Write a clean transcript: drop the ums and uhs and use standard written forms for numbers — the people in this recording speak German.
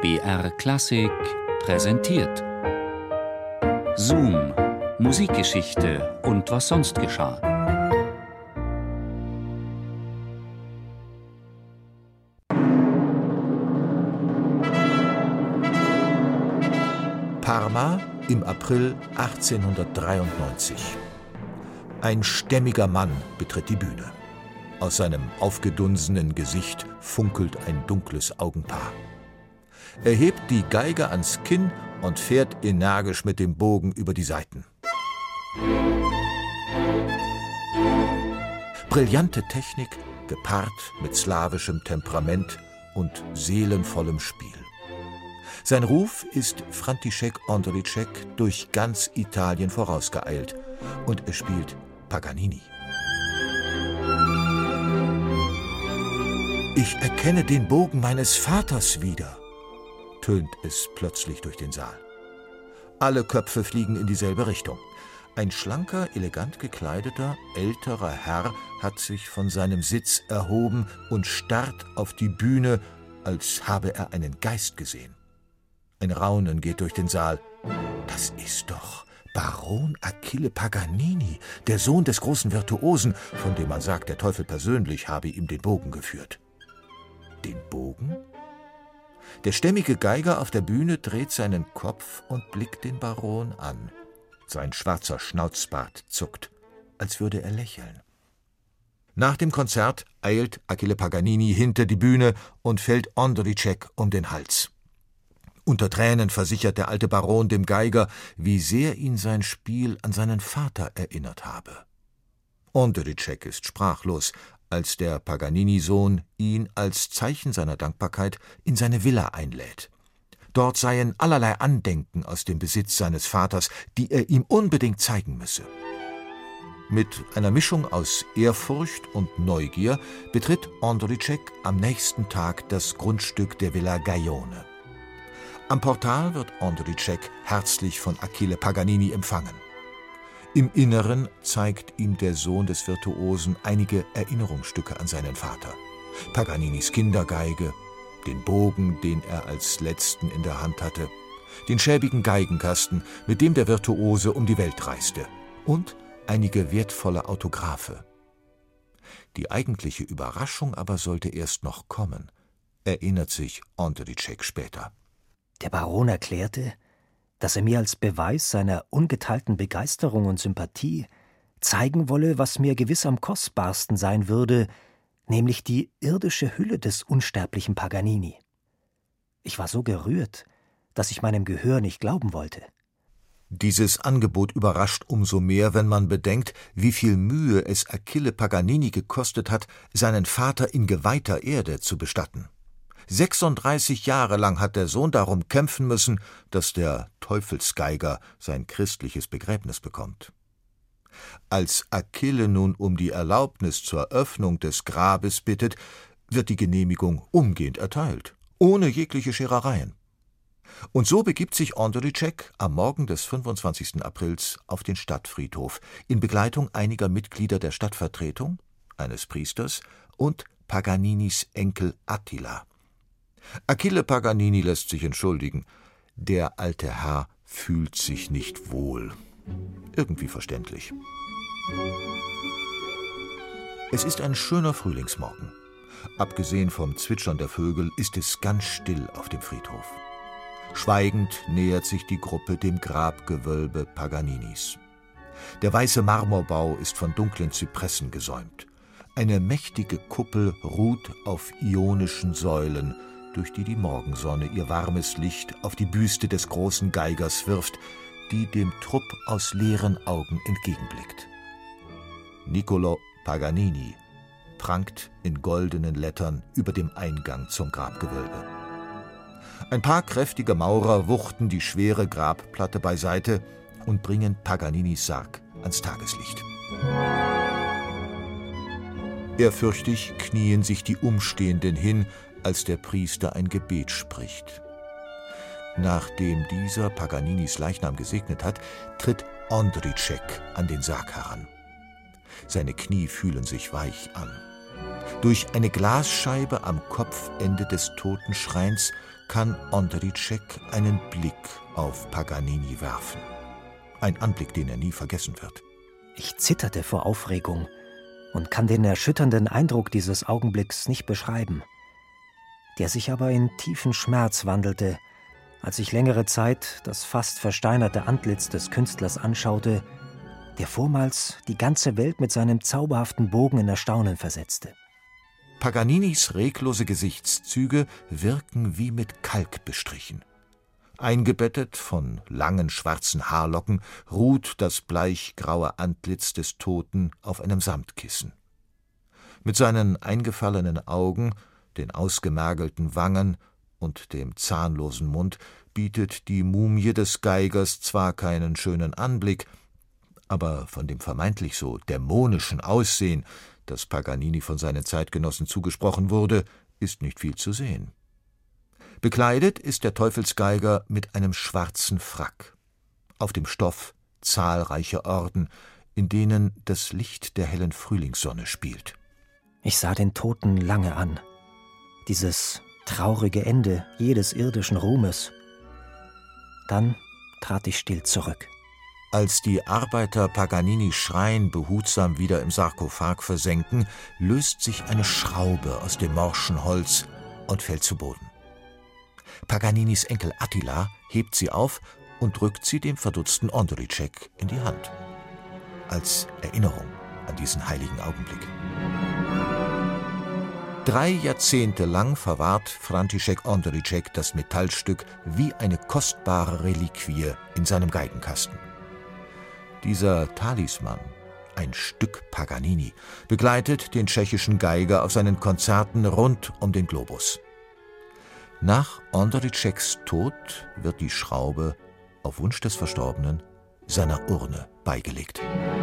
BR Klassik präsentiert Zoom, Musikgeschichte und was sonst geschah. Parma im April 1893. Ein stämmiger Mann betritt die Bühne. Aus seinem aufgedunsenen Gesicht funkelt ein dunkles Augenpaar. Er hebt die Geige ans Kinn und fährt energisch mit dem Bogen über die Saiten. Brillante Technik, gepaart mit slawischem Temperament und seelenvollem Spiel. Sein Ruf ist František Ondřejček durch ganz Italien vorausgeeilt und er spielt Paganini. »Ich erkenne den Bogen meines Vaters wieder«, tönt es plötzlich durch den Saal. Alle Köpfe fliegen in dieselbe Richtung. Ein schlanker, elegant gekleideter, älterer Herr hat sich von seinem Sitz erhoben und starrt auf die Bühne, als habe er einen Geist gesehen. Ein Raunen geht durch den Saal. Das ist doch Baron Achille Paganini, der Sohn des großen Virtuosen, von dem man sagt, der Teufel persönlich habe ihm den Bogen geführt. Den Bogen? Der stämmige Geiger auf der Bühne dreht seinen Kopf und blickt den Baron an. Sein schwarzer Schnauzbart zuckt, als würde er lächeln. Nach dem Konzert eilt Achille Paganini hinter die Bühne und fällt Ondřejček um den Hals. Unter Tränen versichert der alte Baron dem Geiger, wie sehr ihn sein Spiel an seinen Vater erinnert habe. Ondřejček ist sprachlos, als der Paganini-Sohn ihn als Zeichen seiner Dankbarkeit in seine Villa einlädt. Dort seien allerlei Andenken aus dem Besitz seines Vaters, die er ihm unbedingt zeigen müsse. Mit einer Mischung aus Ehrfurcht und Neugier betritt Ondřejček am nächsten Tag das Grundstück der Villa Gaione. Am Portal wird Ondřejček herzlich von Achille Paganini empfangen. Im Inneren zeigt ihm der Sohn des Virtuosen einige Erinnerungsstücke an seinen Vater. Paganinis Kindergeige, den Bogen, den er als letzten in der Hand hatte, den schäbigen Geigenkasten, mit dem der Virtuose um die Welt reiste, und einige wertvolle Autographe. Die eigentliche Überraschung aber sollte erst noch kommen, erinnert sich Ondřejček später. Der Baron erklärte, dass er mir als Beweis seiner ungeteilten Begeisterung und Sympathie zeigen wolle, was mir gewiss am kostbarsten sein würde, nämlich die irdische Hülle des unsterblichen Paganini. Ich war so gerührt, dass ich meinem Gehör nicht glauben wollte. Dieses Angebot überrascht umso mehr, wenn man bedenkt, wie viel Mühe es Achille Paganini gekostet hat, seinen Vater in geweihter Erde zu bestatten. 36 Jahre lang hat der Sohn darum kämpfen müssen, dass der Teufelsgeiger sein christliches Begräbnis bekommt. Als Achille nun um die Erlaubnis zur Öffnung des Grabes bittet, wird die Genehmigung umgehend erteilt, ohne jegliche Scherereien. Und so begibt sich Ondřejček am Morgen des 25. Aprils auf den Stadtfriedhof in Begleitung einiger Mitglieder der Stadtvertretung, eines Priesters und Paganinis Enkel Attila. Achille Paganini lässt sich entschuldigen. Der alte Herr fühlt sich nicht wohl. Irgendwie verständlich. Es ist ein schöner Frühlingsmorgen. Abgesehen vom Zwitschern der Vögel ist es ganz still auf dem Friedhof. Schweigend nähert sich die Gruppe dem Grabgewölbe Paganinis. Der weiße Marmorbau ist von dunklen Zypressen gesäumt. Eine mächtige Kuppel ruht auf ionischen Säulen, durch die die Morgensonne ihr warmes Licht auf die Büste des großen Geigers wirft, die dem Trupp aus leeren Augen entgegenblickt. Niccolò Paganini prangt in goldenen Lettern über dem Eingang zum Grabgewölbe. Ein paar kräftige Maurer wuchten die schwere Grabplatte beiseite und bringen Paganinis Sarg ans Tageslicht. Ehrfürchtig knien sich die Umstehenden hin, als der Priester ein Gebet spricht. Nachdem dieser Paganinis Leichnam gesegnet hat, tritt Ondřejček an den Sarg heran. Seine Knie fühlen sich weich an. Durch eine Glasscheibe am Kopfende des Totenschreins kann Ondřiček einen Blick auf Paganini werfen. Ein Anblick, den er nie vergessen wird. Ich zitterte vor Aufregung und kann den erschütternden Eindruck dieses Augenblicks nicht beschreiben, der sich aber in tiefen Schmerz wandelte, als ich längere Zeit das fast versteinerte Antlitz des Künstlers anschaute, der vormals die ganze Welt mit seinem zauberhaften Bogen in Erstaunen versetzte. Paganinis reglose Gesichtszüge wirken wie mit Kalk bestrichen. Eingebettet von langen schwarzen Haarlocken ruht das bleichgraue Antlitz des Toten auf einem Samtkissen. Mit seinen eingefallenen Augen, den ausgemergelten Wangen und dem zahnlosen Mund bietet die Mumie des Geigers zwar keinen schönen Anblick, aber von dem vermeintlich so dämonischen Aussehen, das Paganini von seinen Zeitgenossen zugesprochen wurde, ist nicht viel zu sehen. Bekleidet ist der Teufelsgeiger mit einem schwarzen Frack. Auf dem Stoff zahlreiche Orden, in denen das Licht der hellen Frühlingssonne spielt. Ich sah den Toten lange an. Dieses traurige Ende jedes irdischen Ruhmes. Dann trat ich still zurück. Als die Arbeiter Paganinis Schrein behutsam wieder im Sarkophag versenken, löst sich eine Schraube aus dem morschen Holz und fällt zu Boden. Paganinis Enkel Attila hebt sie auf und drückt sie dem verdutzten Ondřiček in die Hand. Als Erinnerung an diesen heiligen Augenblick. 3 Jahrzehnte lang verwahrt František Ondřiček das Metallstück wie eine kostbare Reliquie in seinem Geigenkasten. Dieser Talisman, ein Stück Paganini, begleitet den tschechischen Geiger auf seinen Konzerten rund um den Globus. Nach Ondřičeks Tod wird die Schraube, auf Wunsch des Verstorbenen, seiner Urne beigelegt.